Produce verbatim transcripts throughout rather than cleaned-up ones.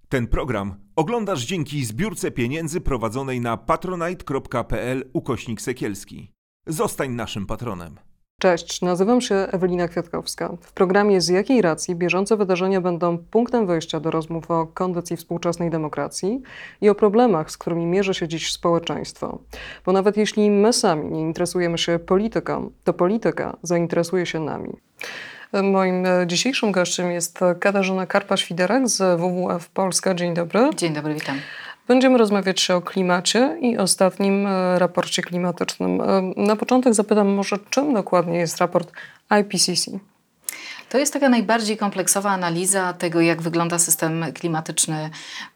Ten program oglądasz dzięki zbiórce pieniędzy prowadzonej na patronite.pl ukośnik Sekielski. Zostań naszym patronem. Cześć, nazywam się Ewelina Kwiatkowska. W programie Z jakiej racji bieżące wydarzenia będą punktem wyjścia do rozmów o kondycji współczesnej demokracji i o problemach, z którymi mierzy się dziś społeczeństwo. Bo nawet jeśli my sami nie interesujemy się polityką, to polityka zainteresuje się nami. Moim dzisiejszym gościem jest Katarzyna Karpa-Świderek z W W F Polska. Dzień dobry. Dzień dobry, witam. Będziemy rozmawiać o klimacie i ostatnim raporcie klimatycznym. Na początek zapytam może, czym dokładnie jest raport I P C C? To jest taka najbardziej kompleksowa analiza tego, jak wygląda system klimatyczny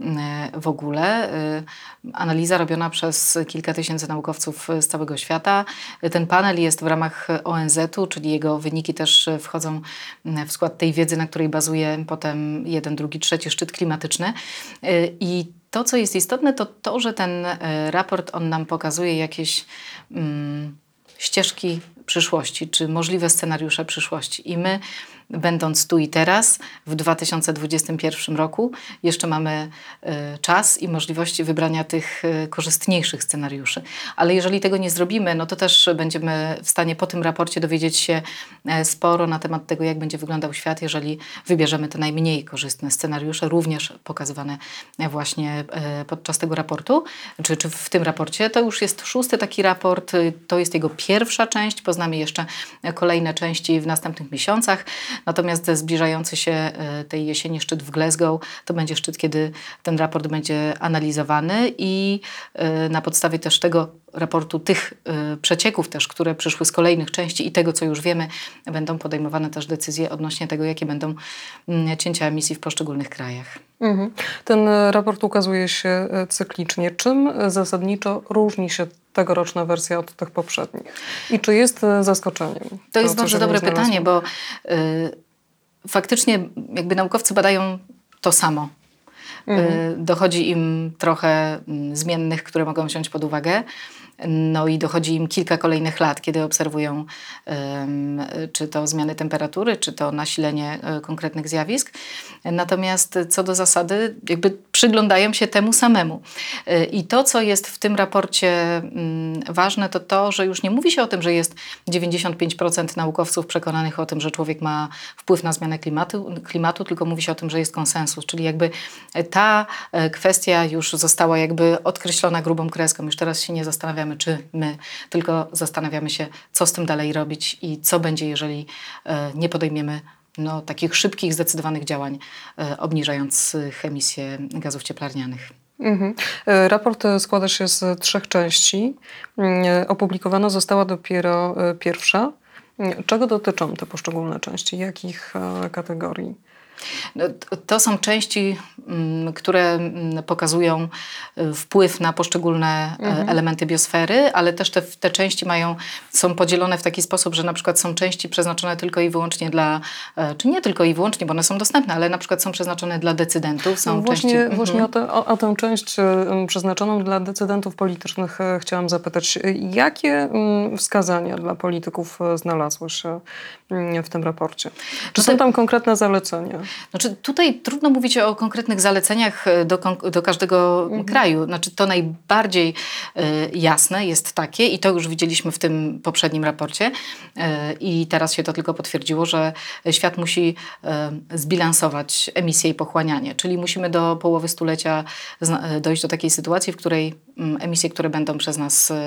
w ogóle. Analiza robiona przez kilka tysięcy naukowców z całego świata. Ten panel jest w ramach O N Z u, czyli jego wyniki też wchodzą w skład tej wiedzy, na której bazuje potem jeden, drugi, trzeci szczyt klimatyczny. I to, co jest istotne, to to, że ten raport, on nam pokazuje jakieś um, ścieżki przyszłości, czy możliwe scenariusze przyszłości. I my, będąc tu i teraz, w dwa tysiące dwudziestym pierwszym roku, jeszcze mamy y, czas i możliwości wybrania tych y, korzystniejszych scenariuszy. Ale jeżeli tego nie zrobimy, no to też będziemy w stanie po tym raporcie dowiedzieć się y, sporo na temat tego, jak będzie wyglądał świat, jeżeli wybierzemy te najmniej korzystne scenariusze, również pokazywane właśnie y, podczas tego raportu, czy, czy w tym raporcie. To już jest szósty taki raport, y, to jest jego pierwsza część, poznamy jeszcze kolejne części w następnych miesiącach. Natomiast zbliżający się tej jesieni szczyt w Glasgow to będzie szczyt, kiedy ten raport będzie analizowany i na podstawie też tego raportu, tych przecieków też, które przyszły z kolejnych części i tego, co już wiemy, będą podejmowane też decyzje odnośnie tego, jakie będą cięcia emisji w poszczególnych krajach. Mhm. Ten raport ukazuje się cyklicznie. Czym zasadniczo różni się tegoroczna wersja od tych poprzednich? I czy jest zaskoczeniem? To, to jest bardzo dobre pytanie, bo y, faktycznie jakby naukowcy badają to samo. Mhm. Y, dochodzi im trochę y, zmiennych, które mogą wziąć pod uwagę. No i dochodzi im kilka kolejnych lat, kiedy obserwują um, czy to zmiany temperatury, czy to nasilenie um, konkretnych zjawisk. Natomiast co do zasady, jakby przyglądają się temu samemu. Yy, I to, co jest w tym raporcie um, ważne, to to, że już nie mówi się o tym, że jest dziewięćdziesiąt pięć procent naukowców przekonanych o tym, że człowiek ma wpływ na zmianę klimatu, klimatu, tylko mówi się o tym, że jest konsensus. Czyli jakby ta e, kwestia już została jakby odkreślona grubą kreską. Już teraz się nie zastanawiamy, czy my, tylko zastanawiamy się, co z tym dalej robić i co będzie, jeżeli e, nie podejmiemy no, takich szybkich, zdecydowanych działań e, obniżających emisję gazów cieplarnianych. Mhm. Raport składa się z trzech części. Opublikowana została dopiero pierwsza. Czego dotyczą te poszczególne części? Jakich kategorii? No, to są części, które pokazują wpływ na poszczególne mhm. elementy biosfery, ale też te, te części mają, są podzielone w taki sposób, że na przykład są części przeznaczone tylko i wyłącznie dla, czy nie tylko i wyłącznie, bo one są dostępne, ale na przykład są przeznaczone dla decydentów. Są no właśnie części, właśnie mhm. o, te, o, o tę część przeznaczoną dla decydentów politycznych chciałam zapytać. Jakie wskazania dla polityków znalazły się w tym raporcie? Czy no są te... tam konkretne zalecenia? Znaczy, tutaj trudno mówić o konkretnych zaleceniach do, do każdego mhm. kraju. Znaczy, to najbardziej y, jasne jest takie, i to już widzieliśmy w tym poprzednim raporcie, y, i teraz się to tylko potwierdziło, że świat musi y, zbilansować emisję i pochłanianie. Czyli musimy do połowy stulecia zna, dojść do takiej sytuacji, w której y, emisje, które będą przez nas y,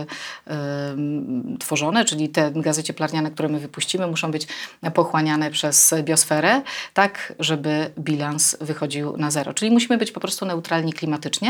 y, tworzone, czyli te gazy cieplarniane, które my wypuścimy, muszą być pochłaniane przez biosferę, tak, żeby bilans wychodził na zero. Czyli musimy być po prostu neutralni klimatycznie,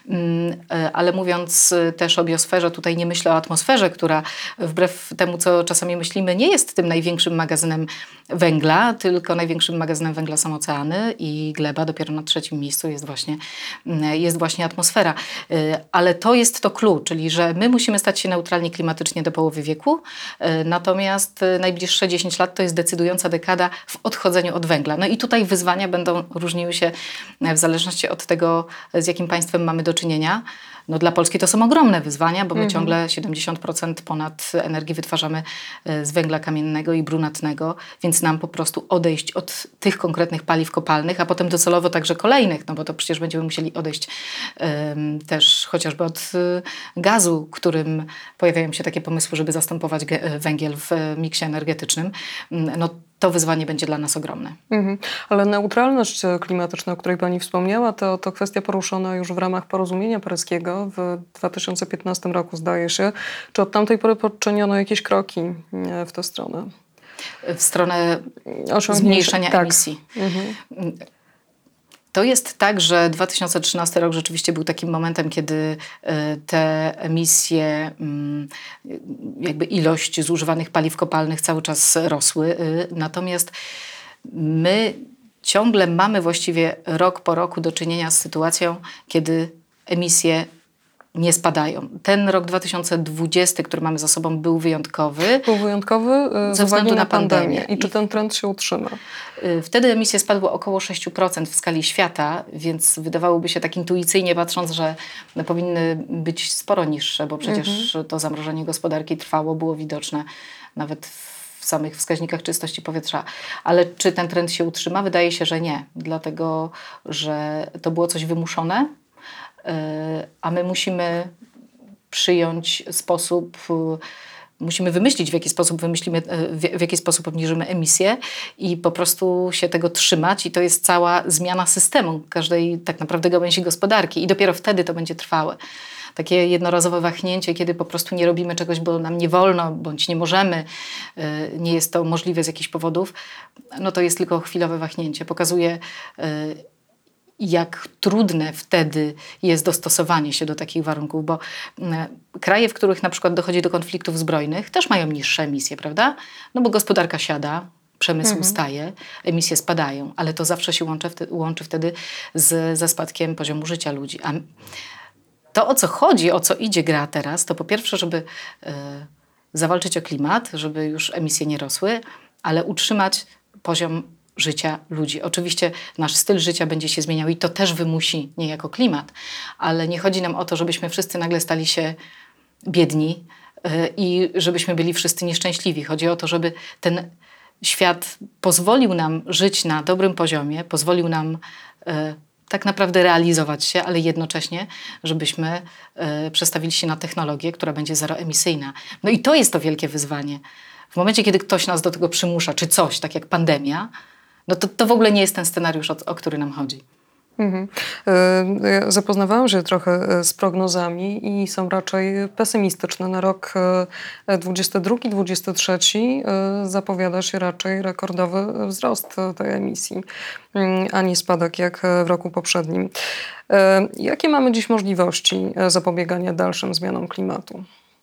ale mówiąc też o biosferze, tutaj nie myślę o atmosferze, która wbrew temu, co czasami myślimy, nie jest tym największym magazynem węgla, tylko największym magazynem węgla są oceany i gleba, dopiero na trzecim miejscu jest właśnie, jest właśnie atmosfera. Ale to jest to clue, czyli że my musimy stać się neutralni klimatycznie do połowy wieku, natomiast najbliższe dziesięć lat to jest decydująca dekada w odchodzeniu od węgla. No i tutaj tutaj wyzwania będą różniły się w zależności od tego, z jakim państwem mamy do czynienia. No dla Polski to są ogromne wyzwania, bo my Mhm. ciągle siedemdziesiąt procent ponad energii wytwarzamy e, z węgla kamiennego i brunatnego, więc nam po prostu odejść od tych konkretnych paliw kopalnych, a potem docelowo także kolejnych, no bo to przecież będziemy musieli odejść em, też chociażby od e, gazu, którym pojawiają się takie pomysły, żeby zastępować ge- e, węgiel w e, miksie energetycznym. Mm, No to wyzwanie będzie dla nas ogromne. Mhm. Ale neutralność klimatyczna, o której Pani wspomniała, to, to kwestia poruszona już w ramach porozumienia paryskiego w dwa tysiące piętnastym roku, zdaje się. Czy od tamtej pory poczyniono jakieś kroki e, w tę stronę? W stronę Osiągnięcia- zmniejszenia tak. emisji. Mhm. To jest tak, że dwa tysiące trzynasty rok rzeczywiście był takim momentem, kiedy e, te emisje, mm, jakby ilość zużywanych paliw kopalnych cały czas rosły. Y, Natomiast my ciągle mamy właściwie rok po roku do czynienia z sytuacją, kiedy emisje nie spadają. Ten rok dwa tysiące dwudziesty, który mamy za sobą, był wyjątkowy. Był wyjątkowy e, z Ze uwagi względu na na pandemię. pandemię. I czy I- ten trend się utrzyma? Y, Wtedy emisje spadły około sześć procent w skali świata, więc wydawałoby się tak intuicyjnie patrząc, że no, powinny być sporo niższe, bo przecież to zamrożenie gospodarki trwało, było widoczne nawet w samych wskaźnikach czystości powietrza. Ale czy ten trend się utrzyma? Wydaje się, że nie, dlatego że to było coś wymuszone, y, a my musimy przyjąć sposób, y, musimy wymyślić, w jaki sposób wymyślimy, y, w, w jaki sposób obniżymy emisję i po prostu się tego trzymać. I to jest cała zmiana systemu każdej tak naprawdę gałęzi gospodarki i dopiero wtedy to będzie trwałe. Takie jednorazowe wahnięcie, kiedy po prostu nie robimy czegoś, bo nam nie wolno, bądź nie możemy, y, nie jest to możliwe z jakichś powodów, no to jest tylko chwilowe wahnięcie. Pokazuje, y, jak trudne wtedy jest dostosowanie się do takich warunków, bo mm, kraje, w których na przykład dochodzi do konfliktów zbrojnych, też mają niższe emisje, prawda? No bo gospodarka siada, przemysł Mhm. staje, emisje spadają, ale to zawsze się łączy, wtedy, łączy wtedy z, ze spadkiem poziomu życia ludzi. A to, o co chodzi, o co idzie gra teraz, to po pierwsze, żeby e, zawalczyć o klimat, żeby już emisje nie rosły, ale utrzymać poziom życia ludzi. Oczywiście nasz styl życia będzie się zmieniał i to też wymusi niejako klimat, ale nie chodzi nam o to, żebyśmy wszyscy nagle stali się biedni e, i żebyśmy byli wszyscy nieszczęśliwi. Chodzi o to, żeby ten świat pozwolił nam żyć na dobrym poziomie, pozwolił nam e, tak naprawdę realizować się, ale jednocześnie, żebyśmy e, przestawili się na technologię, która będzie zeroemisyjna. No i to jest to wielkie wyzwanie. W momencie, kiedy ktoś nas do tego przymusza, czy coś, tak jak pandemia, no to, to w ogóle nie jest ten scenariusz, o, o który nam chodzi. Mhm. E, ja Zapoznawałam się trochę e, z prognozami i są raczej pesymistyczne. Na rok e, dwudziesty drugi dwudziesty trzeci e, zapowiada się raczej rekordowy wzrost e, tej emisji, mm, a nie spadek jak e, w roku poprzednim. E, Jakie mamy dziś możliwości e, zapobiegania dalszym zmianom klimatu?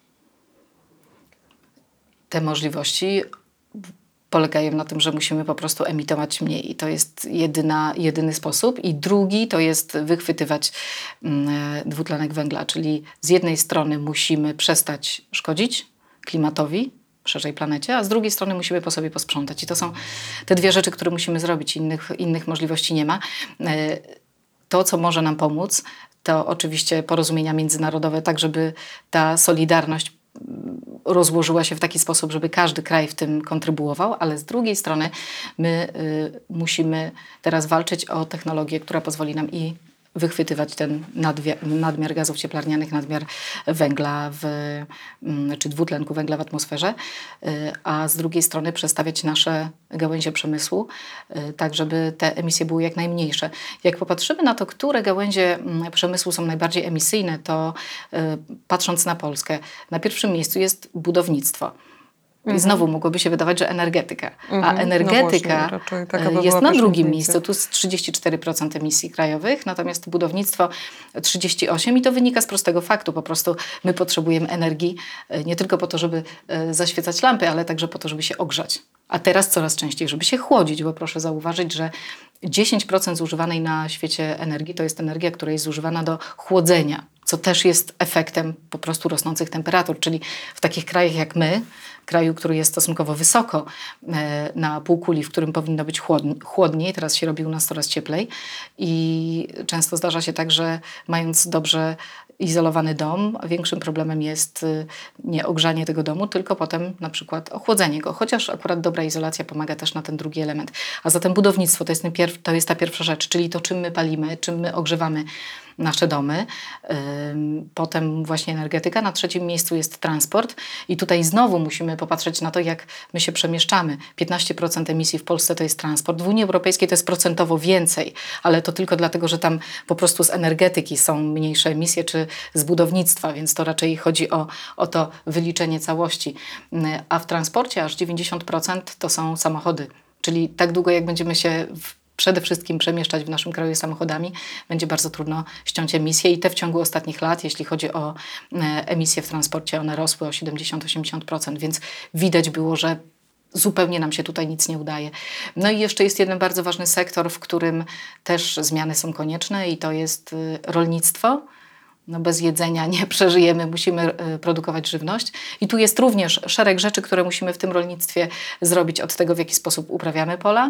Te możliwości polegają na tym, że musimy po prostu emitować mniej. I to jest jedyna, jedyny sposób. I drugi to jest wychwytywać mm, dwutlenek węgla, czyli z jednej strony musimy przestać szkodzić klimatowi, szerzej planecie, a z drugiej strony musimy po sobie posprzątać. I to są te dwie rzeczy, które musimy zrobić. Innych, innych możliwości nie ma. E, To, co może nam pomóc, to oczywiście porozumienia międzynarodowe, tak żeby ta solidarność rozłożyła się w taki sposób, żeby każdy kraj w tym kontrybuował, ale z drugiej strony my y, musimy teraz walczyć o technologię, która pozwoli nam i wychwytywać ten nadmiar, nadmiar gazów cieplarnianych, nadmiar węgla w, mm, czy dwutlenku węgla w atmosferze, y, a z drugiej strony przestawiać nasze gałęzie przemysłu, y, tak żeby te emisje były jak najmniejsze. Jak popatrzymy na to, które gałęzie mm, przemysłu są najbardziej emisyjne, to y, patrząc na Polskę, na pierwszym miejscu jest budownictwo. I znowu mogłoby się wydawać, że energetyka. Mhm. A No energetyka właśnie, raczej taka by jest była na pierwsza drugim intuicja. miejscu. Tu jest trzydzieści cztery procent emisji krajowych, natomiast budownictwo trzydzieści osiem procent i to wynika z prostego faktu. Po prostu my potrzebujemy energii e, nie tylko po to, żeby e, zaświecać lampy, ale także po to, żeby się ogrzać. A teraz coraz częściej, żeby się chłodzić, bo proszę zauważyć, że dziesięć procent zużywanej na świecie energii to jest energia, która jest zużywana do chłodzenia. co też jest efektem po prostu rosnących temperatur, czyli w takich krajach jak my, kraju, który jest stosunkowo wysoko e, na półkuli, w którym powinno być chłodni, chłodniej, teraz się robi u nas coraz cieplej i często zdarza się tak, że mając dobrze izolowany dom, większym problemem jest y, nie ogrzanie tego domu, tylko potem na przykład ochłodzenie go, chociaż akurat dobra izolacja pomaga też na ten drugi element. A zatem budownictwo to jest, ten pierw, to jest ta pierwsza rzecz, czyli to czym my palimy, czym my ogrzewamy nasze domy. Ym, potem właśnie energetyka. Na trzecim miejscu jest transport i tutaj znowu musimy popatrzeć na to, jak my się przemieszczamy. piętnaście procent emisji w Polsce to jest transport. W Unii Europejskiej to jest procentowo więcej, ale to tylko dlatego, że tam po prostu z energetyki są mniejsze emisje, czy z budownictwa, więc to raczej chodzi o, o to wyliczenie całości. A w transporcie aż dziewięćdziesiąt procent to są samochody. Czyli tak długo, jak będziemy się w przede wszystkim przemieszczać w naszym kraju samochodami, będzie bardzo trudno ściąć emisje i te w ciągu ostatnich lat, jeśli chodzi o emisje w transporcie, one rosły o siedemdziesiąt do osiemdziesięciu procent, więc widać było, że zupełnie nam się tutaj nic nie udaje. No i jeszcze jest jeden bardzo ważny sektor, w którym też zmiany są konieczne i to jest rolnictwo. No bez jedzenia nie przeżyjemy, musimy produkować żywność. I tu jest również szereg rzeczy, które musimy w tym rolnictwie zrobić, od tego, w jaki sposób uprawiamy pola,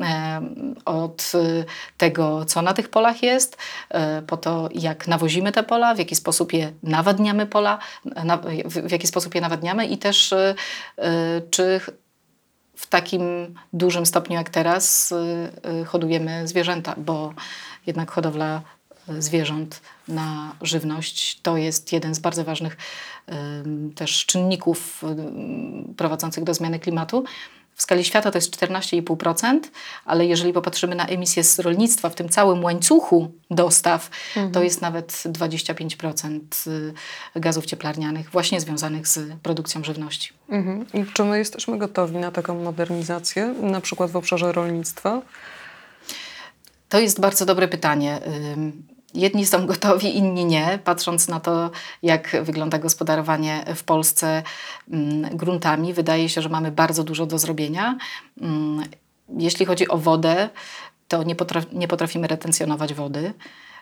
od tego, co na tych polach jest, po to, jak nawozimy te pola, w jaki sposób je nawadniamy pola, w jaki sposób je nawadniamy i też czy w takim dużym stopniu jak teraz hodujemy zwierzęta, bo jednak hodowla zwierząt na żywność to jest jeden z bardzo ważnych y, też czynników y, prowadzących do zmiany klimatu. W skali świata to jest czternaście i pół procent, ale jeżeli popatrzymy na emisje z rolnictwa w tym całym łańcuchu dostaw, mhm. to jest nawet dwadzieścia pięć procent gazów cieplarnianych właśnie związanych z produkcją żywności. Mhm. I czy my jesteśmy gotowi na taką modernizację, na przykład w obszarze rolnictwa? To jest bardzo dobre pytanie. Jedni są gotowi, inni nie. Patrząc na to, jak wygląda gospodarowanie w Polsce gruntami, wydaje się, że mamy bardzo dużo do zrobienia. Jeśli chodzi o wodę, to nie, potraf- nie potrafimy retencjonować wody,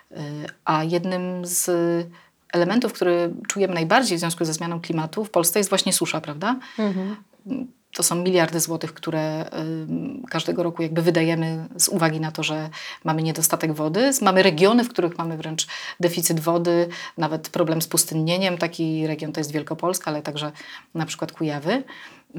a jednym z elementów, który czujemy najbardziej w związku ze zmianą klimatu w Polsce jest właśnie susza, prawda? Mhm. To są miliardy złotych, które y, każdego roku jakby wydajemy z uwagi na to, że mamy niedostatek wody. Mamy regiony, w których mamy wręcz deficyt wody, nawet problem z pustynnieniem. Taki region to jest Wielkopolska, ale także na przykład Kujawy. Y,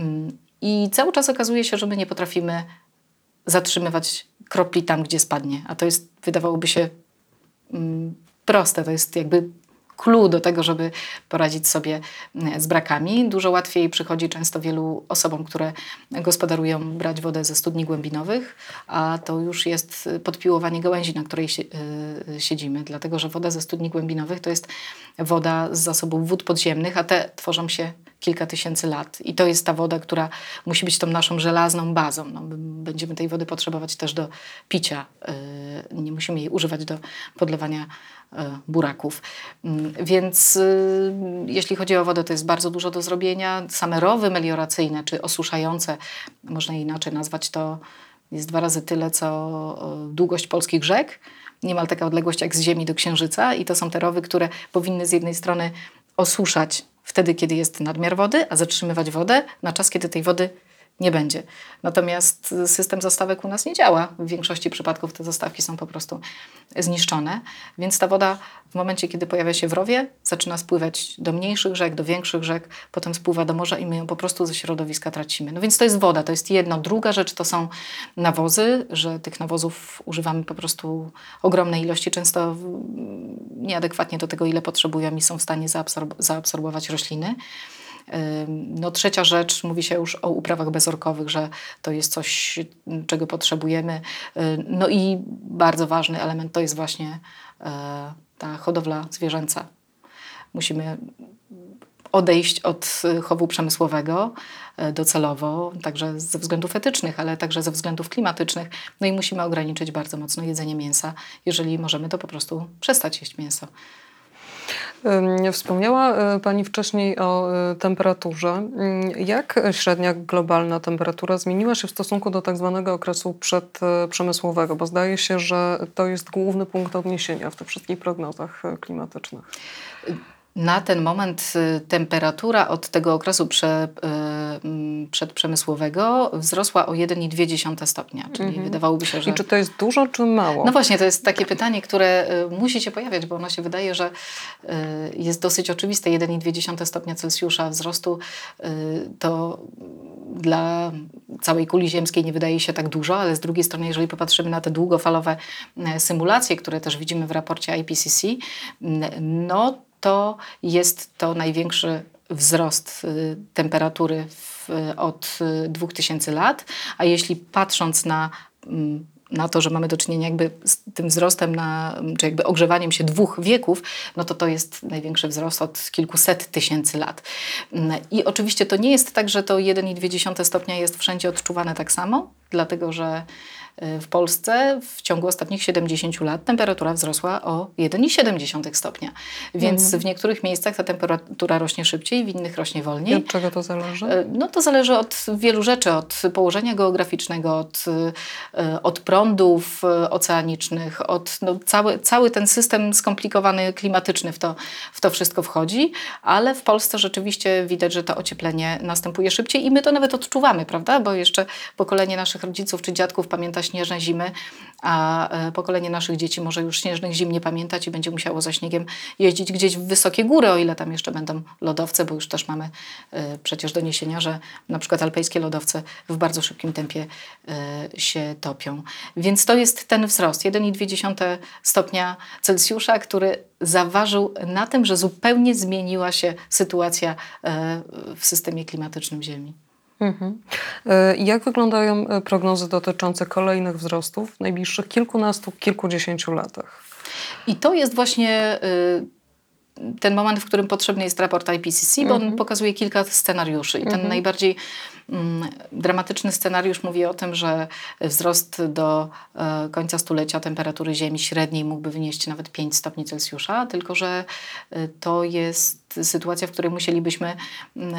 I cały czas okazuje się, że my nie potrafimy zatrzymywać kropli tam, gdzie spadnie. A to jest, wydawałoby się, y, proste. To jest jakby clue do tego, żeby poradzić sobie z brakami. Dużo łatwiej przychodzi często wielu osobom, które gospodarują, brać wodę ze studni głębinowych, a to już jest podpiłowanie gałęzi, na której siedzimy, dlatego że woda ze studni głębinowych to jest woda z zasobów wód podziemnych, a te tworzą się kilka tysięcy lat. I to jest ta woda, która musi być tą naszą żelazną bazą. No, będziemy tej wody potrzebować też do picia. Nie musimy jej używać do podlewania buraków. Więc jeśli chodzi o wodę, to jest bardzo dużo do zrobienia. Same rowy melioracyjne czy osuszające, można inaczej nazwać, to jest dwa razy tyle, co długość polskich rzek. Niemal taka odległość jak z Ziemi do Księżyca. I to są te rowy, które powinny z jednej strony osuszać wtedy, kiedy jest nadmiar wody, a zatrzymywać wodę na czas, kiedy tej wody nie będzie. Natomiast system zastawek u nas nie działa. W większości przypadków te zastawki są po prostu zniszczone, więc ta woda w momencie, kiedy pojawia się w rowie, zaczyna spływać do mniejszych rzek, do większych rzek, potem spływa do morza i my ją po prostu ze środowiska tracimy. No więc to jest woda, to jest jedno. Druga rzecz to są nawozy, że tych nawozów używamy po prostu ogromnej ilości, często nieadekwatnie do tego, ile potrzebują i są w stanie zaabsorb- zaabsorbować rośliny. No, trzecia rzecz, mówi się już o uprawach bezorkowych, że to jest coś, czego potrzebujemy. No i bardzo ważny element to jest właśnie ta hodowla zwierzęca. Musimy odejść od chowu przemysłowego docelowo, także ze względów etycznych, ale także ze względów klimatycznych. No i musimy ograniczyć bardzo mocno jedzenie mięsa. Jeżeli możemy, to po prostu przestać jeść mięso. Ym, Wspomniała y, Pani wcześniej o y, temperaturze. Ym, Jak średnia globalna temperatura zmieniła się w stosunku do tak zwanego okresu przedprzemysłowego? Bo zdaje się, że to jest główny punkt odniesienia w tych wszystkich prognozach y, klimatycznych. Na ten moment y, temperatura od tego okresu prze, y, y, przedprzemysłowego wzrosła o jeden przecinek dwa stopnia, czyli Mhm. wydawałoby się, że... I czy to jest dużo, czy mało? No właśnie, to jest takie pytanie, które y, musi się pojawiać, bo ono się wydaje, że y, jest dosyć oczywiste. jeden przecinek dwa stopnia Celsjusza wzrostu y, to dla całej kuli ziemskiej nie wydaje się tak dużo, ale z drugiej strony, jeżeli popatrzymy na te długofalowe y, symulacje, które też widzimy w raporcie I P C C, y, no to jest to największy wzrost y, temperatury w, od y, dwóch tysięcy lat, a jeśli patrząc na mm, na to, że mamy do czynienia jakby z tym wzrostem, na, czy jakby ogrzewaniem się dwóch wieków, no to to jest największy wzrost od kilkuset tysięcy lat. I oczywiście to nie jest tak, że to jeden przecinek dwa stopnia jest wszędzie odczuwane tak samo, dlatego że w Polsce w ciągu ostatnich siedemdziesięciu lat temperatura wzrosła o jeden przecinek siedem stopnia. Więc Mhm. w niektórych miejscach ta temperatura rośnie szybciej, w innych rośnie wolniej. I od czego to zależy? No to zależy od wielu rzeczy, od położenia geograficznego, od, od prądów oceanicznych, od no, cały, cały ten system skomplikowany klimatyczny w to, w to wszystko wchodzi, ale w Polsce rzeczywiście widać, że to ocieplenie następuje szybciej i my to nawet odczuwamy, prawda? Bo jeszcze pokolenie naszych rodziców czy dziadków pamięta śnieżne zimy, a pokolenie naszych dzieci może już śnieżnych zim nie pamiętać i będzie musiało za śniegiem jeździć gdzieś w wysokie góry, o ile tam jeszcze będą lodowce, bo już też mamy y, przecież doniesienia, że na przykład alpejskie lodowce w bardzo szybkim tempie y, się topią. Więc to jest ten wzrost, jeden przecinek dwa stopnia Celsjusza, który zaważył na tym, że zupełnie zmieniła się sytuacja y, w systemie klimatycznym Ziemi. Mhm. Y, Jak wyglądają y, prognozy dotyczące kolejnych wzrostów w najbliższych kilkunastu, kilkudziesięciu latach? I to jest właśnie y, ten moment, w którym potrzebny jest raport I P C C, bo on pokazuje kilka scenariuszy. I ten Mhm. najbardziej mm, dramatyczny scenariusz mówi o tym, że wzrost do e, końca stulecia temperatury Ziemi średniej mógłby wynieść nawet pięć stopni Celsjusza, tylko że y, to jest sytuacja, w której musielibyśmy mm,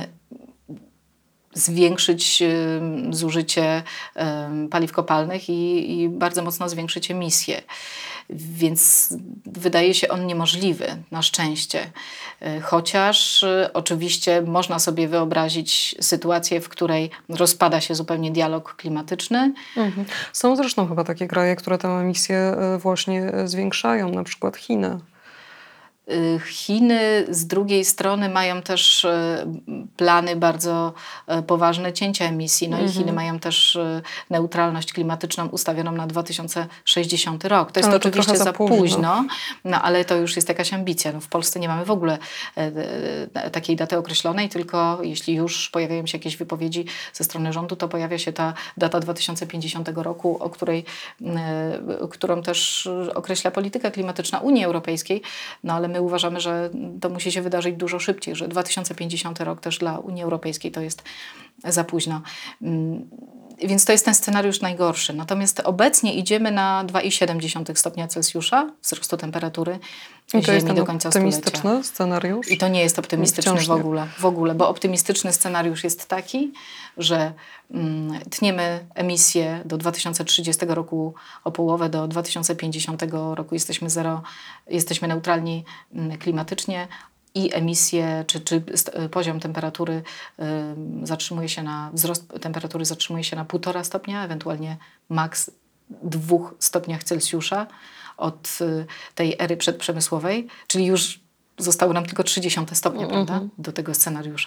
zwiększyć y, zużycie y, paliw kopalnych i, i bardzo mocno zwiększyć emisje. Więc wydaje się on niemożliwy, na szczęście. Y, Chociaż y, oczywiście można sobie wyobrazić sytuację, w której rozpada się zupełnie dialog klimatyczny. Mhm. Są zresztą chyba takie kraje, które tę emisję y, właśnie y, zwiększają, na przykład Chiny. Y, Chiny z drugiej strony mają też y, plany bardzo y, poważne cięcia emisji. No i Chiny mają też y, neutralność klimatyczną ustawioną na dwa tysiące sześćdziesiąty rok. To jest Ale to oczywiście trochę za za późno. późno, no ale to już jest jakaś ambicja. No, w Polsce nie mamy w ogóle e, e, takiej daty określonej, tylko jeśli już pojawiają się jakieś wypowiedzi ze strony rządu, to pojawia się ta data dwa tysiące pięćdziesiątego roku, o której, e, którą też określa polityka klimatyczna Unii Europejskiej, no ale my uważamy, że to musi się wydarzyć dużo szybciej, że dwa tysiące pięćdziesiąty rok też dla Unii Europejskiej to jest za późno. Mm, Więc to jest ten scenariusz najgorszy. Natomiast obecnie idziemy na dwa przecinek siedem stopnia Celsjusza wzrostu temperatury I to jest Ziemi ten do końca stulecia. optymistyczny scenariusz? I to nie jest optymistyczny Wciąż w nie. ogóle, w ogóle, bo optymistyczny scenariusz jest taki, że mm, tniemy emisję do dwa tysiące trzydziestego roku o połowę, do dwa tysiące pięćdziesiątego roku jesteśmy zero, jesteśmy neutralni mm, klimatycznie i emisje, czy, czy st- poziom temperatury y, zatrzymuje się na, wzrost temperatury zatrzymuje się na półtora stopnia, ewentualnie maks dwóch stopniach Celsjusza od y, tej ery przedprzemysłowej, czyli już zostały nam tylko trzydzieści stopnie, prawda, do tego scenariusza.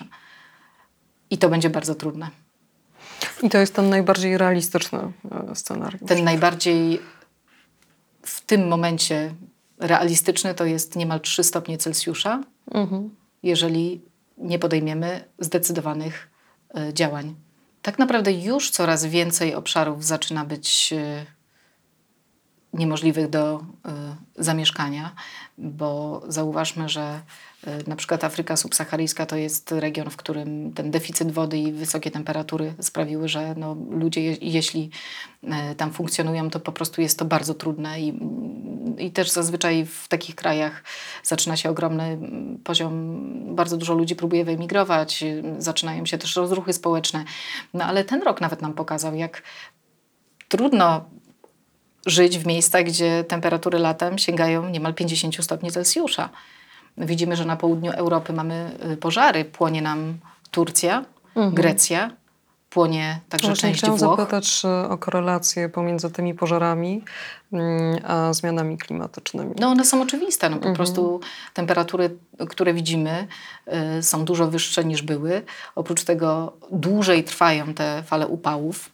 I to będzie bardzo trudne. I to jest ten najbardziej realistyczny e, scenariusz. Ten najbardziej w tym momencie realistyczny to jest niemal trzy stopnie Celsjusza, Mhm. jeżeli nie podejmiemy zdecydowanych y, działań. Tak naprawdę już coraz więcej obszarów zaczyna być y, niemożliwych do y, zamieszkania, bo zauważmy, że y, na przykład Afryka subsaharyjska to jest region, w którym ten deficyt wody i wysokie temperatury sprawiły, że no, ludzie je, jeśli y, tam funkcjonują, to po prostu jest to bardzo trudne i i też zazwyczaj w takich krajach zaczyna się ogromny poziom, bardzo dużo ludzi próbuje wyemigrować, zaczynają się też rozruchy społeczne. No ale ten rok nawet nam pokazał, jak trudno żyć w miejscach, gdzie temperatury latem sięgają niemal pięćdziesiąt stopni Celsjusza. Widzimy, że na południu Europy mamy pożary. Płonie nam Turcja, mhm. Grecja, płonie także Właśnie część chciałam Włoch. zapytać o korelację pomiędzy tymi pożarami a zmianami klimatycznymi. No one są oczywiste. No, po mhm. prostu temperatury, które widzimy, y, są dużo wyższe niż były. Oprócz tego dłużej trwają te fale upałów.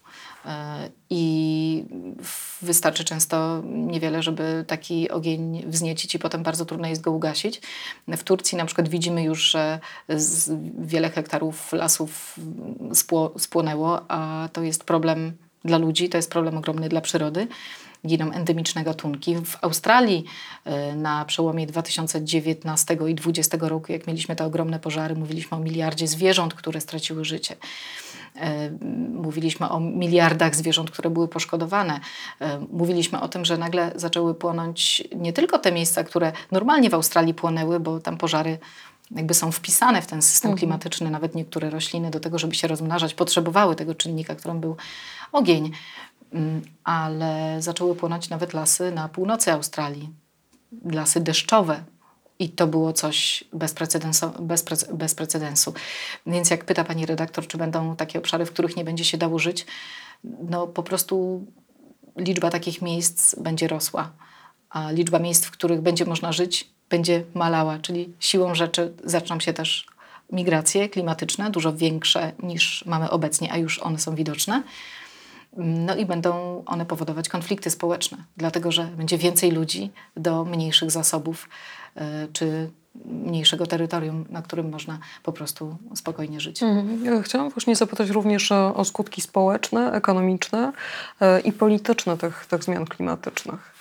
I wystarczy często niewiele, żeby taki ogień wzniecić i potem bardzo trudno jest go ugasić. W Turcji na przykład widzimy już, że wiele hektarów lasów spło, spłonęło, a to jest problem dla ludzi, to jest problem ogromny dla przyrody. Giną endemiczne gatunki. W Australii na przełomie dwa tysiące dziewiętnastego i dwudziestego roku, jak mieliśmy te ogromne pożary, mówiliśmy o miliardzie zwierząt, które straciły życie. Mówiliśmy o miliardach zwierząt, które były poszkodowane. Mówiliśmy o tym, że nagle zaczęły płonąć nie tylko te miejsca, które normalnie w Australii płonęły, bo tam pożary jakby są wpisane w ten system mhm. klimatyczny. Nawet niektóre rośliny do tego, żeby się rozmnażać, potrzebowały tego czynnika, którym był ogień. Ale zaczęły płonąć nawet lasy na północy Australii. Lasy deszczowe. I to było coś bez precedensu, bez, pre, bez precedensu. Więc jak pyta pani redaktor, czy będą takie obszary, w których nie będzie się dało żyć, no po prostu liczba takich miejsc będzie rosła. A liczba miejsc, w których będzie można żyć, będzie malała. Czyli siłą rzeczy zaczną się też migracje klimatyczne, dużo większe niż mamy obecnie, a już one są widoczne. No i będą one powodować konflikty społeczne, dlatego że będzie więcej ludzi do mniejszych zasobów czy mniejszego terytorium, na którym można po prostu spokojnie żyć. Mhm. Ja chciałam właśnie zapytać również o, o skutki społeczne, ekonomiczne e, i polityczne tych, tych zmian klimatycznych.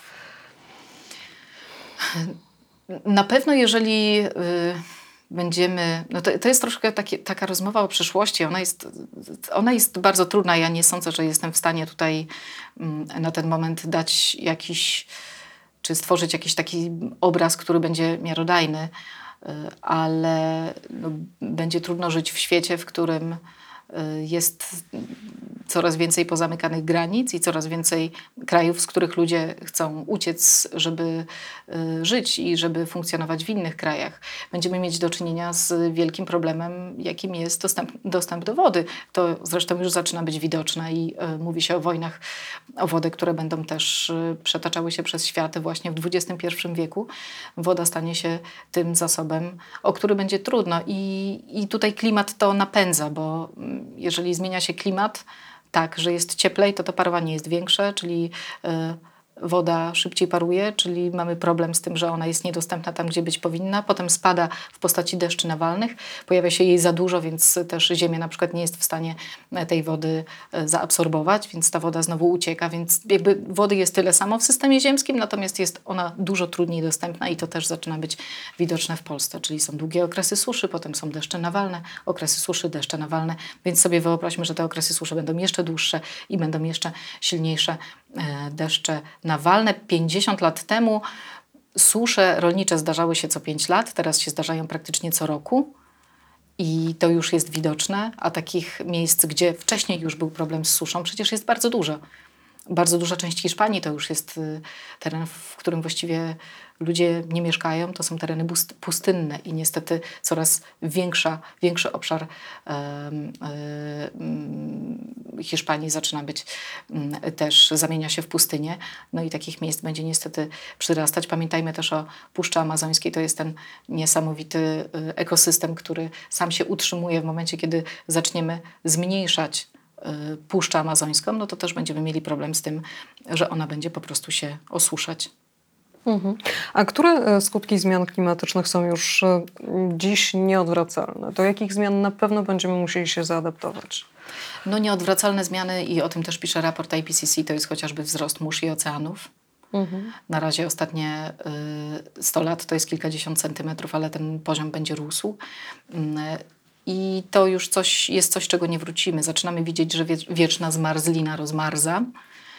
Na pewno jeżeli y, będziemy... No to, to jest troszkę takie, taka rozmowa o przyszłości. Ona jest, ona jest bardzo trudna. Ja nie sądzę, że jestem w stanie tutaj y, na ten moment dać jakiś... czy stworzyć jakiś taki obraz, który będzie miarodajny, ale no, będzie trudno żyć w świecie, w którym jest coraz więcej pozamykanych granic i coraz więcej krajów, z których ludzie chcą uciec, żeby żyć i żeby funkcjonować w innych krajach. Będziemy mieć do czynienia z wielkim problemem, jakim jest dostęp, dostęp do wody. To zresztą już zaczyna być widoczne i mówi się o wojnach o wodę, które będą też przetaczały się przez świat właśnie w dwudziestym pierwszym wieku. Woda stanie się tym zasobem, o który będzie trudno. I, i tutaj klimat to napędza, bo jeżeli zmienia się klimat, tak, że jest cieplej, to to parowanie jest większe, czyli y, woda szybciej paruje, czyli mamy problem z tym, że ona jest niedostępna tam, gdzie być powinna. Potem spada w postaci deszczy nawalnych, pojawia się jej za dużo, więc też ziemia na przykład nie jest w stanie tej wody zaabsorbować, więc ta woda znowu ucieka, więc jakby wody jest tyle samo w systemie ziemskim, natomiast jest ona dużo trudniej dostępna i to też zaczyna być widoczne w Polsce, czyli są długie okresy suszy, potem są deszcze nawalne, okresy suszy, deszcze nawalne, więc sobie wyobraźmy, że te okresy suszy będą jeszcze dłuższe i będą jeszcze silniejsze deszcze nawalne. pięćdziesiąt lat temu susze rolnicze zdarzały się co pięć lat, teraz się zdarzają praktycznie co roku i to już jest widoczne, a takich miejsc, gdzie wcześniej już był problem z suszą, przecież jest bardzo dużo. Bardzo duża część Hiszpanii to już jest teren, w którym właściwie ludzie nie mieszkają. To są tereny pustynne i niestety coraz większa, większy obszar e, e, Hiszpanii zaczyna być e, też, zamienia się w pustynię. No i takich miejsc będzie niestety przyrastać. Pamiętajmy też o Puszczy Amazońskiej. To jest ten niesamowity ekosystem, który sam się utrzymuje w momencie, kiedy zaczniemy zmniejszać Puszczę Amazońską, no to też będziemy mieli problem z tym, że ona będzie po prostu się osuszać. Mhm. A które skutki zmian klimatycznych są już dziś nieodwracalne? Do jakich zmian na pewno będziemy musieli się zaadaptować? No nieodwracalne zmiany i o tym też pisze raport I P C C, to jest chociażby wzrost mórz i oceanów. Mhm. Na razie ostatnie y, sto lat to jest kilkadziesiąt centymetrów, ale ten poziom będzie rósł. Y, I to już coś, jest coś, czego nie wrócimy. Zaczynamy widzieć, że wieczna zmarzlina rozmarza.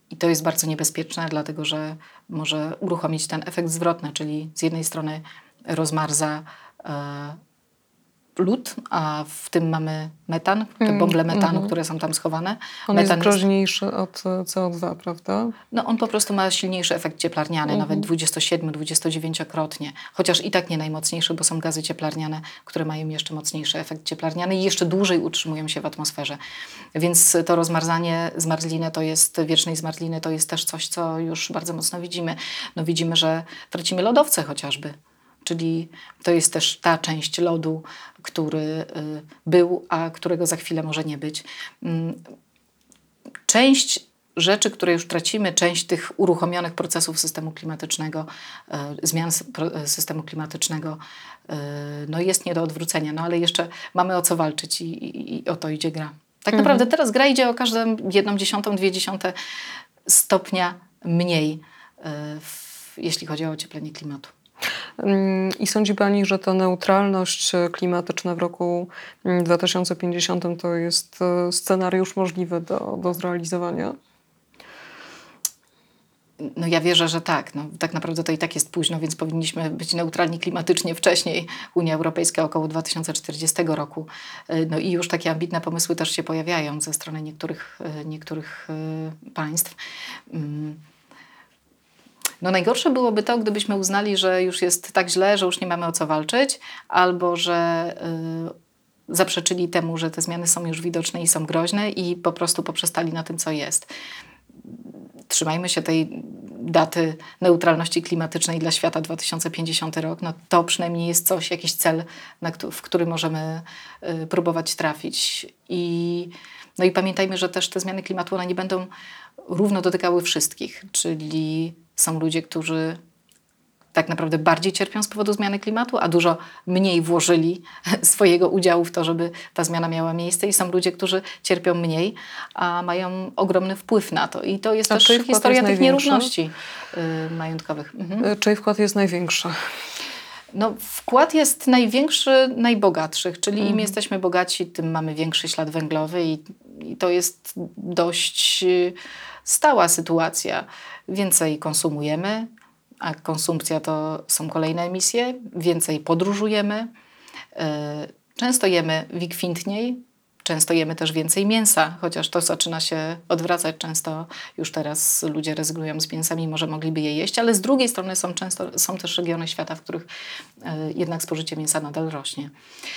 I to jest bardzo niebezpieczne, dlatego że może uruchomić ten efekt zwrotny, czyli z jednej strony rozmarza e, lód, a w tym mamy metan, te Mm, bąble metanu, mhm. które są tam schowane. On Metan jest groźniejszy od e, C O dwa, prawda? No on po prostu ma silniejszy efekt cieplarniany, Mhm. nawet dwudziestosiedmiu dwudziestodziewięciokrotnie. Chociaż i tak nie najmocniejszy, bo są gazy cieplarniane, które mają jeszcze mocniejszy efekt cieplarniany i jeszcze dłużej utrzymują się w atmosferze. Więc to rozmarzanie zmarzliny to jest, wiecznej zmarzliny to jest też coś, co już bardzo mocno widzimy. No widzimy, że tracimy lodowce chociażby. Czyli to jest też ta część lodu, który y, był, a którego za chwilę może nie być. Mm, Część rzeczy, które już tracimy, część tych uruchomionych procesów systemu klimatycznego, e, zmian s- pro- e, systemu klimatycznego, e, no jest nie do odwrócenia. No ale jeszcze mamy o co walczyć i, i, i o to idzie gra. Tak naprawdę teraz gra idzie o każdą jedną dziesiątą, dwie dziesiąte stopnia mniej, e, w, jeśli chodzi o ocieplenie klimatu. Mm, I sądzi Pani, że ta neutralność e, klimatyczna w roku mm, dwa tysiące pięćdziesiątym to jest e, scenariusz możliwy do, do zrealizowania? No ja wierzę, że tak. No, tak naprawdę to i tak jest późno, więc powinniśmy być neutralni klimatycznie wcześniej. Unia Europejska około dwa tysiące czterdziestego roku. Y, No i już takie ambitne pomysły też się pojawiają ze strony niektórych, y, niektórych y, państw. Mm. No najgorsze byłoby to, gdybyśmy uznali, że już jest tak źle, że już nie mamy o co walczyć, albo że y, zaprzeczyli temu, że te zmiany są już widoczne i są groźne i po prostu poprzestali na tym, co jest. Trzymajmy się tej daty neutralności klimatycznej dla świata dwa tysiące pięćdziesiąty rok. No to przynajmniej jest coś, jakiś cel, na, któ- w który możemy y, próbować trafić. I, no i pamiętajmy, że też te zmiany klimatu, one nie będą równo dotykały wszystkich. Czyli są ludzie, którzy tak naprawdę bardziej cierpią z powodu zmiany klimatu, a dużo mniej włożyli swojego udziału w to, żeby ta zmiana miała miejsce. I są ludzie, którzy cierpią mniej, a mają ogromny wpływ na to. I to jest A też czyj wkład historia jest tych największy? nierówności y, majątkowych. Mhm. E, Czyj wkład jest największy? No, wkład jest największy najbogatszych, czyli im jesteśmy bogaci, tym mamy większy ślad węglowy i, i to jest dość y, stała sytuacja. Więcej konsumujemy, a konsumpcja to są kolejne emisje, więcej podróżujemy, y, często jemy wykwintniej, często jemy też więcej mięsa, chociaż to zaczyna się odwracać. Często już teraz ludzie rezygnują z mięsa, mimo że mogliby je jeść, ale z drugiej strony są, często, są też regiony świata, w których y, jednak spożycie mięsa nadal rośnie.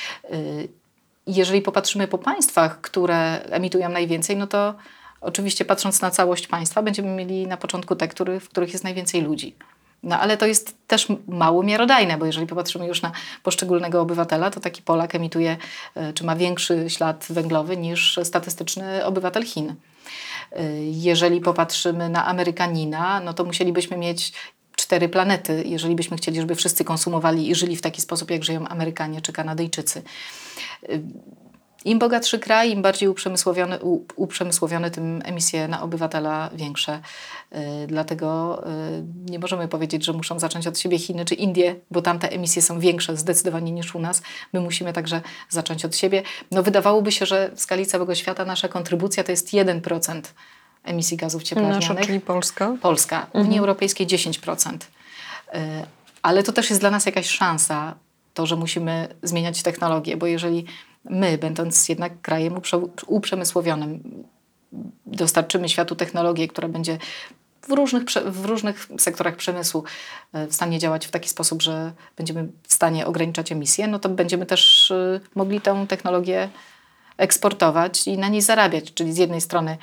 Y, jeżeli popatrzymy po państwach, które emitują najwięcej, no to oczywiście patrząc na całość państwa, będziemy mieli na początku te, który, w których jest najwięcej ludzi. No ale to jest też mało miarodajne, bo jeżeli popatrzymy już na poszczególnego obywatela, to taki Polak emituje, y, czy ma większy ślad węglowy niż statystyczny obywatel Chin. Y, Jeżeli popatrzymy na Amerykanina, no to musielibyśmy mieć cztery planety, jeżeli byśmy chcieli, żeby wszyscy konsumowali i żyli w taki sposób, jak żyją Amerykanie czy Kanadyjczycy. Y, Im bogatszy kraj, im bardziej uprzemysłowiony, u- uprzemysłowiony, tym emisje na obywatela większe. Y, Dlatego y, nie możemy powiedzieć, że muszą zacząć od siebie Chiny czy Indie, bo tam te emisje są większe zdecydowanie niż u nas. My musimy także zacząć od siebie. No wydawałoby się, że w skali całego świata nasza kontrybucja to jest jeden procent emisji gazów Nasza, cieplarnianych. czyli Polska? Polska, w Unii Europejskiej dziesięć procent. Y, Ale to też jest dla nas jakaś szansa, to, że musimy zmieniać technologię, bo jeżeli my, będąc jednak krajem uprze- uprzemysłowionym, dostarczymy światu technologię, która będzie w różnych, prze- w różnych sektorach przemysłu e, w stanie działać w taki sposób, że będziemy w stanie ograniczać emisje, no to będziemy też e, mogli tę technologię eksportować i na niej zarabiać. Czyli z jednej strony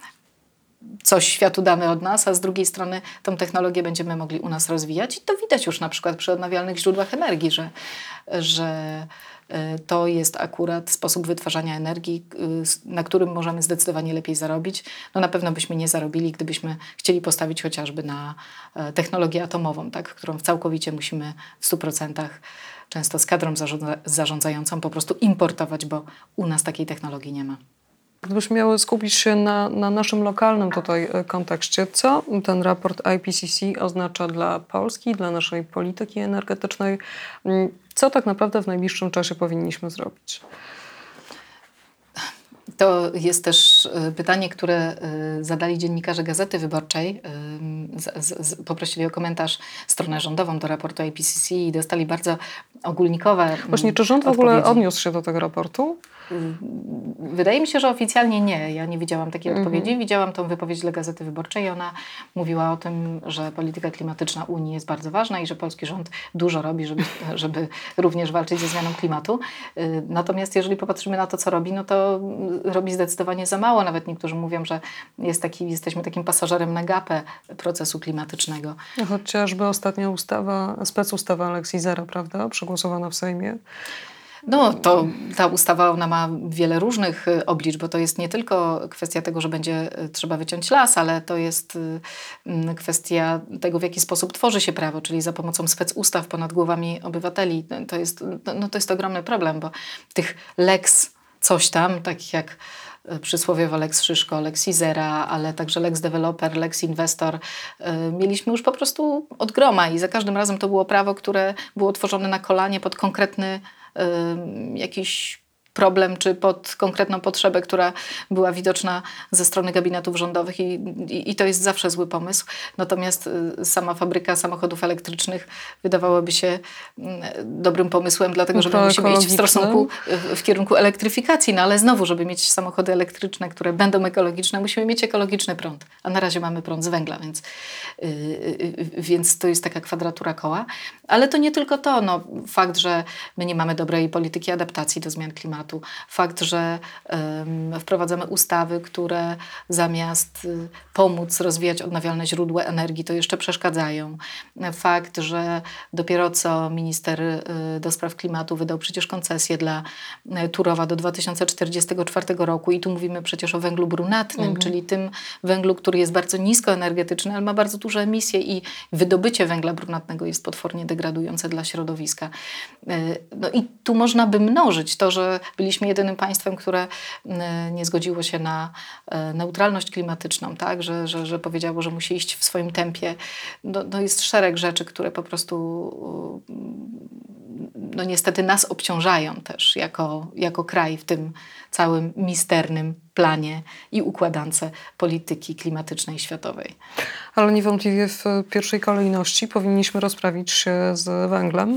coś światu damy od nas, a z drugiej strony tą technologię będziemy mogli u nas rozwijać. I to widać już na przykład przy odnawialnych źródłach energii, że, że y, to jest akurat sposób wytwarzania energii, y, na którym możemy zdecydowanie lepiej zarobić. No na pewno byśmy nie zarobili, gdybyśmy chcieli postawić chociażby na e, technologię atomową, tak, którą całkowicie musimy w stu procentach często z kadrą zarządza- zarządzającą po prostu importować, bo u nas takiej technologii nie ma. Gdybyśmy miały skupić się na, na naszym lokalnym tutaj e, kontekście, co ten raport I P C C oznacza dla Polski, dla naszej polityki energetycznej? Mm, Co tak naprawdę w najbliższym czasie powinniśmy zrobić? To jest też pytanie, które zadali dziennikarze Gazety Wyborczej. Z, z, z, poprosili o komentarz stronę rządową do raportu I P C C i dostali bardzo ogólnikowe Właśnie, czy rząd w odpowiedzi. ogóle odniósł się do tego raportu? Wydaje mi się, że oficjalnie nie. Ja nie widziałam takiej Mhm. odpowiedzi. Widziałam tą wypowiedź dla Gazety Wyborczej i ona mówiła o tym, że polityka klimatyczna Unii jest bardzo ważna i że polski rząd dużo robi, żeby, żeby również walczyć ze zmianą klimatu. Natomiast jeżeli popatrzymy na to, co robi, no to robi zdecydowanie za mało. Nawet niektórzy mówią, że jest taki, jesteśmy takim pasażerem na gapę procesu klimatycznego. No, chociażby ostatnia ustawa, specustawa Lex Izera, prawda, przegłosowana w Sejmie. No to ta ustawa, ona ma wiele różnych oblicz, bo to jest nie tylko kwestia tego, że będzie trzeba wyciąć las, ale to jest kwestia tego, w jaki sposób tworzy się prawo, czyli za pomocą specustaw ponad głowami obywateli. To jest, no to jest ogromny problem, bo tych lex coś tam, takich jak przysłowiowo Lex Szyszko, Lex Izera, ale także Lex Developer, Lex Inwestor. Mieliśmy już po prostu od groma i za każdym razem to było prawo, które było tworzone na kolanie pod konkretny jakiś problem, czy pod konkretną potrzebę, która była widoczna ze strony gabinetów rządowych i, i, i to jest zawsze zły pomysł. Natomiast sama fabryka samochodów elektrycznych wydawałoby się dobrym pomysłem, dlatego że my musimy iść w stosunku, w, w kierunku elektryfikacji, no ale znowu, żeby mieć samochody elektryczne, które będą ekologiczne, musimy mieć ekologiczny prąd, a na razie mamy prąd z węgla, więc, yy, yy, więc to jest taka kwadratura koła. Ale to nie tylko to. No, fakt, że my nie mamy dobrej polityki adaptacji do zmian klimatu, fakt, że um, wprowadzamy ustawy, które zamiast y, pomóc rozwijać odnawialne źródła energii, to jeszcze przeszkadzają. Fakt, że dopiero co minister y, do spraw klimatu wydał przecież koncesję dla y, Turowa do dwa tysiące czterdziestego czwartego roku i tu mówimy przecież o węglu brunatnym, mhm. czyli tym węglu, który jest bardzo niskoenergetyczny, ale ma bardzo duże emisje i wydobycie węgla brunatnego jest potwornie degradujące dla środowiska. Y, no i tu można by mnożyć to, że byliśmy jedynym państwem, które nie zgodziło się na neutralność klimatyczną, tak? że, że, że powiedziało, że musi iść w swoim tempie. No, no jest szereg rzeczy, które po prostu no niestety nas obciążają też jako, jako kraj w tym całym misternym planie i układance polityki klimatycznej światowej. Ale niewątpliwie w pierwszej kolejności powinniśmy rozprawić się z węglem.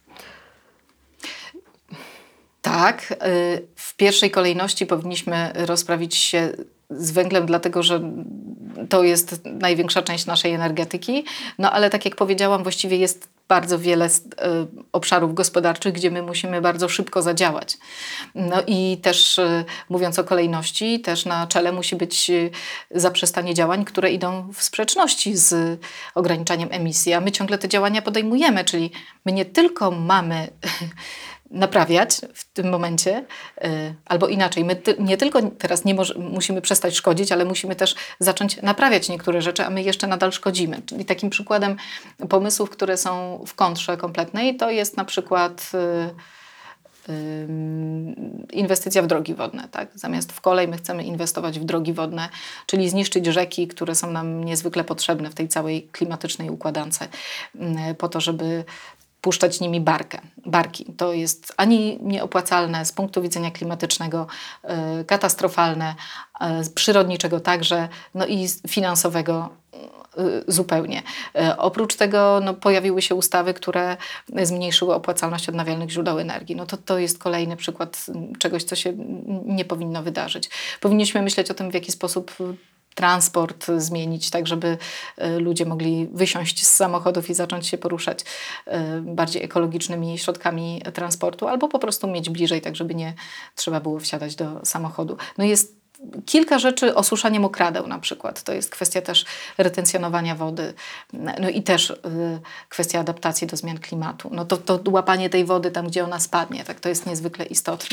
Tak, w pierwszej kolejności powinniśmy rozprawić się z węglem, dlatego że to jest największa część naszej energetyki, no ale tak jak powiedziałam, właściwie jest bardzo wiele obszarów gospodarczych, gdzie my musimy bardzo szybko zadziałać. No i też mówiąc o kolejności, też na czele musi być zaprzestanie działań, które idą w sprzeczności z ograniczaniem emisji, a my ciągle te działania podejmujemy, czyli my nie tylko mamy naprawiać w tym momencie, albo inaczej, my ty, nie tylko teraz nie może, musimy przestać szkodzić, ale musimy też zacząć naprawiać niektóre rzeczy, a my jeszcze nadal szkodzimy. Czyli takim przykładem pomysłów, które są w kontrze kompletnej, to jest na przykład y, y, inwestycja w drogi wodne. Tak? Zamiast w kolej my chcemy inwestować w drogi wodne, czyli zniszczyć rzeki, które są nam niezwykle potrzebne w tej całej klimatycznej układance, y, po to, żeby puszczać nimi barkę, barki. To jest ani nieopłacalne z punktu widzenia klimatycznego, y, katastrofalne, y, przyrodniczego także, no i finansowego y, zupełnie. Y, oprócz tego no, pojawiły się ustawy, które zmniejszyły opłacalność odnawialnych źródeł energii. No to, to jest kolejny przykład czegoś, co się nie powinno wydarzyć. Powinniśmy myśleć o tym, w jaki sposób transport zmienić, tak żeby ludzie mogli wysiąść z samochodów i zacząć się poruszać bardziej ekologicznymi środkami transportu, albo po prostu mieć bliżej, tak żeby nie trzeba było wsiadać do samochodu. No jest kilka rzeczy, osuszanie mokradeł na przykład, to jest kwestia też retencjonowania wody, no i też y, kwestia adaptacji do zmian klimatu. No to, to łapanie tej wody tam, gdzie ona spadnie, tak, to jest niezwykle istotne.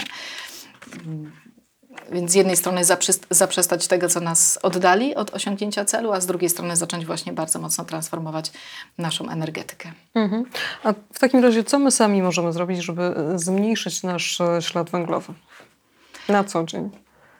Więc z jednej strony zaprzestać tego, co nas oddali od osiągnięcia celu, a z drugiej strony zacząć właśnie bardzo mocno transformować naszą energetykę. Mhm. A w takim razie co my sami możemy zrobić, żeby zmniejszyć nasz ślad węglowy na co dzień?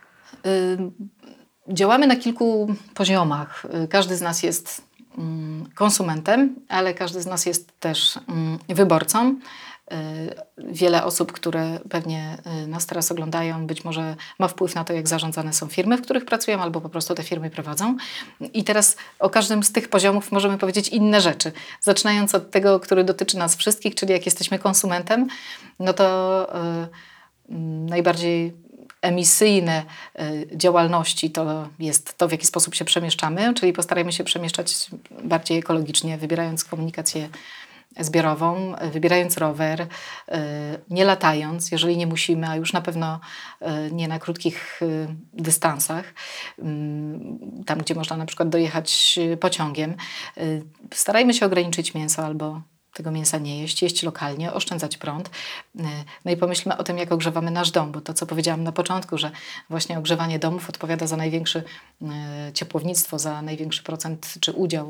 Y- działamy na kilku poziomach. Każdy z nas jest mm, konsumentem, ale każdy z nas jest też mm, wyborcą. Wiele osób, które pewnie nas teraz oglądają, być może ma wpływ na to, jak zarządzane są firmy, w których pracują, albo po prostu te firmy prowadzą. I teraz o każdym z tych poziomów możemy powiedzieć inne rzeczy. Zaczynając od tego, który dotyczy nas wszystkich, czyli jak jesteśmy konsumentem, no to yy, najbardziej emisyjne działalności to jest to, w jaki sposób się przemieszczamy, czyli postarajmy się przemieszczać bardziej ekologicznie, wybierając komunikację zbiorową, wybierając rower, nie latając, jeżeli nie musimy, a już na pewno nie na krótkich dystansach, tam gdzie można na przykład dojechać pociągiem. Starajmy się ograniczyć mięso albo tego mięsa nie jeść, jeść lokalnie, oszczędzać prąd. No i pomyślmy o tym, jak ogrzewamy nasz dom, bo to, co powiedziałam na początku, że właśnie ogrzewanie domów odpowiada za największe ciepłownictwo, za największy procent czy udział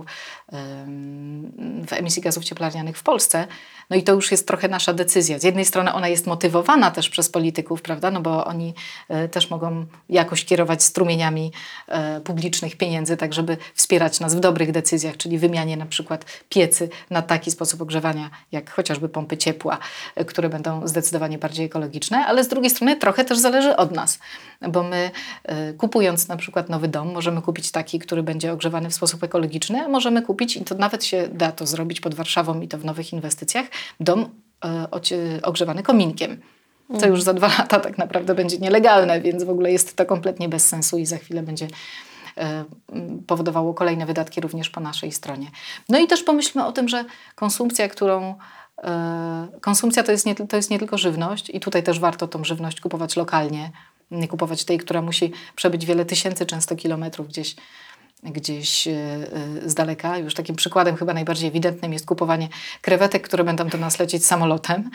w emisji gazów cieplarnianych w Polsce. No i to już jest trochę nasza decyzja. Z jednej strony ona jest motywowana też przez polityków, prawda, no bo oni też mogą jakoś kierować strumieniami publicznych pieniędzy, tak żeby wspierać nas w dobrych decyzjach, czyli wymianie na przykład piecy na taki sposób ogrzewania, jak chociażby pompy ciepła, które będą zdecydowanie bardziej ekologiczne, ale z drugiej strony trochę też zależy od nas, bo my kupując na przykład nowy dom, możemy kupić taki, który będzie ogrzewany w sposób ekologiczny, a możemy kupić, i to nawet się da to zrobić pod Warszawą i to w nowych inwestycjach, dom ogrzewany kominkiem. Co już za dwa lata tak naprawdę będzie nielegalne, więc w ogóle jest to kompletnie bez sensu i za chwilę będzie powodowało kolejne wydatki również po naszej stronie. No i też pomyślmy o tym, że konsumpcja, którą konsumpcja to jest, nie, to jest nie tylko żywność i tutaj też warto tą żywność kupować lokalnie, nie kupować tej, która musi przebyć wiele tysięcy często kilometrów gdzieś gdzieś z daleka. Już takim przykładem chyba najbardziej ewidentnym jest kupowanie krewetek, które będą do nas lecieć samolotem.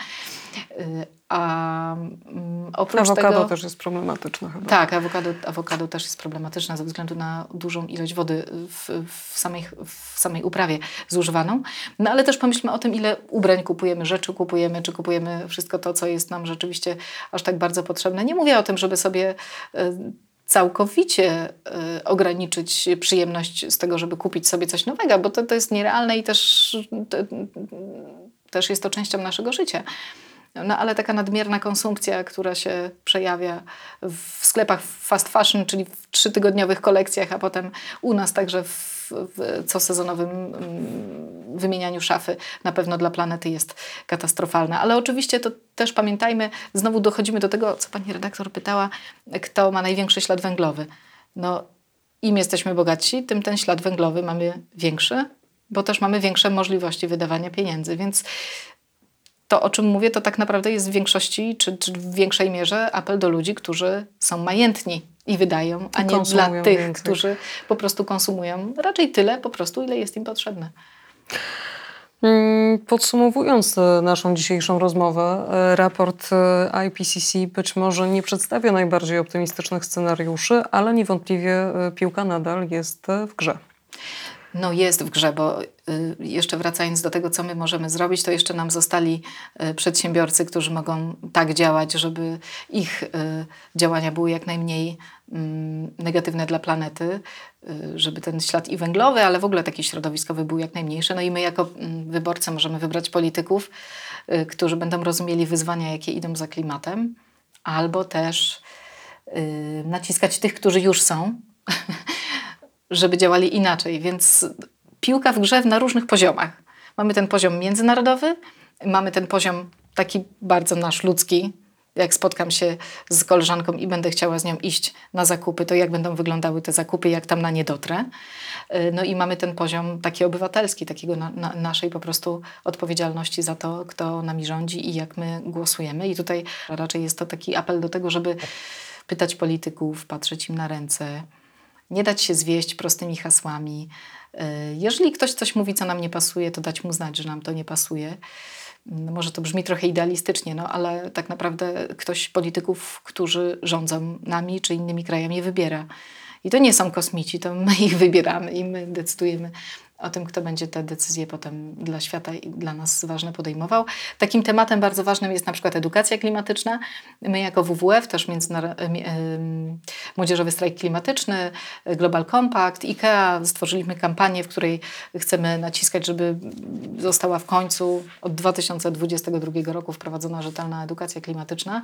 A oprócz awokado tego... też jest problematyczne chyba. Tak, awokado, awokado też jest problematyczne ze względu na dużą ilość wody w, w, samej, w samej uprawie zużywaną. No ale też pomyślmy o tym, ile ubrań kupujemy, rzeczy kupujemy, czy kupujemy wszystko to, co jest nam rzeczywiście aż tak bardzo potrzebne. Nie mówię o tym, żeby sobie całkowicie y, ograniczyć przyjemność z tego, żeby kupić sobie coś nowego, bo to, to jest nierealne i też, to, też jest to częścią naszego życia. No ale taka nadmierna konsumpcja, która się przejawia w sklepach fast fashion, czyli w trzytygodniowych kolekcjach, a potem u nas także w, w cosezonowym mm, wymienianiu szafy, na pewno dla planety jest katastrofalna. Ale oczywiście to też pamiętajmy, znowu dochodzimy do tego, co pani redaktor pytała, kto ma największy ślad węglowy. No, im jesteśmy bogatsi, tym ten ślad węglowy mamy większy, bo też mamy większe możliwości wydawania pieniędzy, więc to, o czym mówię, to tak naprawdę jest w większości, czy, czy w większej mierze apel do ludzi, którzy są majętni i wydają, a nie dla tych, więcej. którzy po prostu konsumują raczej tyle po prostu, ile jest im potrzebne. Podsumowując naszą dzisiejszą rozmowę, raport I P C C być może nie przedstawia najbardziej optymistycznych scenariuszy, ale niewątpliwie piłka nadal jest w grze. No jest w grze, bo y, jeszcze wracając do tego, co my możemy zrobić, to jeszcze nam zostali y, przedsiębiorcy, którzy mogą tak działać, żeby ich y, działania były jak najmniej y, negatywne dla planety, y, żeby ten ślad i węglowy, ale w ogóle taki środowiskowy był jak najmniejszy. No i my jako y, wyborcy możemy wybrać polityków, y, którzy będą rozumieli wyzwania, jakie idą za klimatem, albo też y, naciskać tych, którzy już są, żeby działali inaczej, więc piłka w grze na różnych poziomach. Mamy ten poziom międzynarodowy, mamy ten poziom taki bardzo nasz ludzki. Jak spotkam się z koleżanką i będę chciała z nią iść na zakupy, to jak będą wyglądały te zakupy, jak tam na nie dotrę. No i mamy ten poziom taki obywatelski, takiego na, na naszej po prostu odpowiedzialności za to, kto nami rządzi i jak my głosujemy. I tutaj raczej jest to taki apel do tego, żeby pytać polityków, patrzeć im na ręce, nie dać się zwieść prostymi hasłami. Jeżeli ktoś coś mówi, co nam nie pasuje, to dać mu znać, że nam to nie pasuje. Może to brzmi trochę idealistycznie, no ale tak naprawdę ktoś polityków, którzy rządzą nami czy innymi krajami, wybiera. I to nie są kosmici, to my ich wybieramy i my decydujemy o tym, kto będzie te decyzje potem dla świata i dla nas ważne podejmował. Takim tematem bardzo ważnym jest na przykład edukacja klimatyczna. My jako W W F, też Międzynar- Młodzieżowy Strajk Klimatyczny, Global Compact, IKEA, stworzyliśmy kampanię, w której chcemy naciskać, żeby została w końcu od dwa tysiące dwudziestego drugiego roku wprowadzona rzetelna edukacja klimatyczna.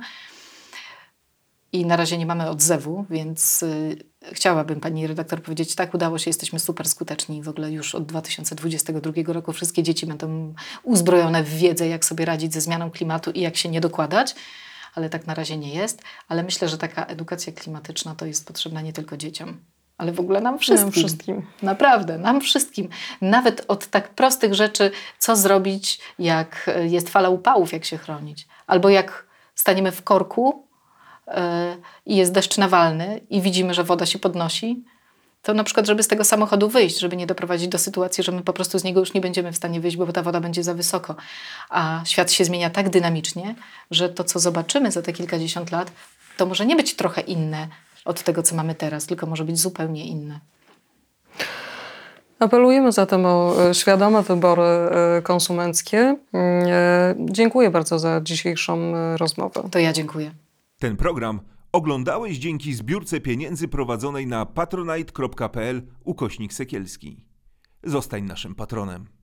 I na razie nie mamy odzewu, więc y, chciałabym pani redaktor powiedzieć, tak, udało się, jesteśmy super skuteczni. W ogóle już od dwa tysiące dwudziestego drugiego roku wszystkie dzieci będą uzbrojone w wiedzę, jak sobie radzić ze zmianą klimatu i jak się nie dokładać, ale tak na razie nie jest. Ale myślę, że taka edukacja klimatyczna to jest potrzebna nie tylko dzieciom, ale w ogóle nam wszystkim. Nam wszystkim. Naprawdę, nam wszystkim. Nawet od tak prostych rzeczy, co zrobić, jak jest fala upałów, jak się chronić. Albo jak staniemy w korku, i jest deszcz nawalny i widzimy, że woda się podnosi, to na przykład, żeby z tego samochodu wyjść, żeby nie doprowadzić do sytuacji, że my po prostu z niego już nie będziemy w stanie wyjść, bo ta woda będzie za wysoko. A świat się zmienia tak dynamicznie, że to, co zobaczymy za te kilkadziesiąt lat, to może nie być trochę inne od tego, co mamy teraz, tylko może być zupełnie inne. Apelujemy zatem o świadome wybory konsumenckie. Dziękuję bardzo za dzisiejszą rozmowę. To ja dziękuję. Ten program oglądałeś dzięki zbiórce pieniędzy prowadzonej na patronite kropka pl ukośnik Sekielski. Zostań naszym patronem.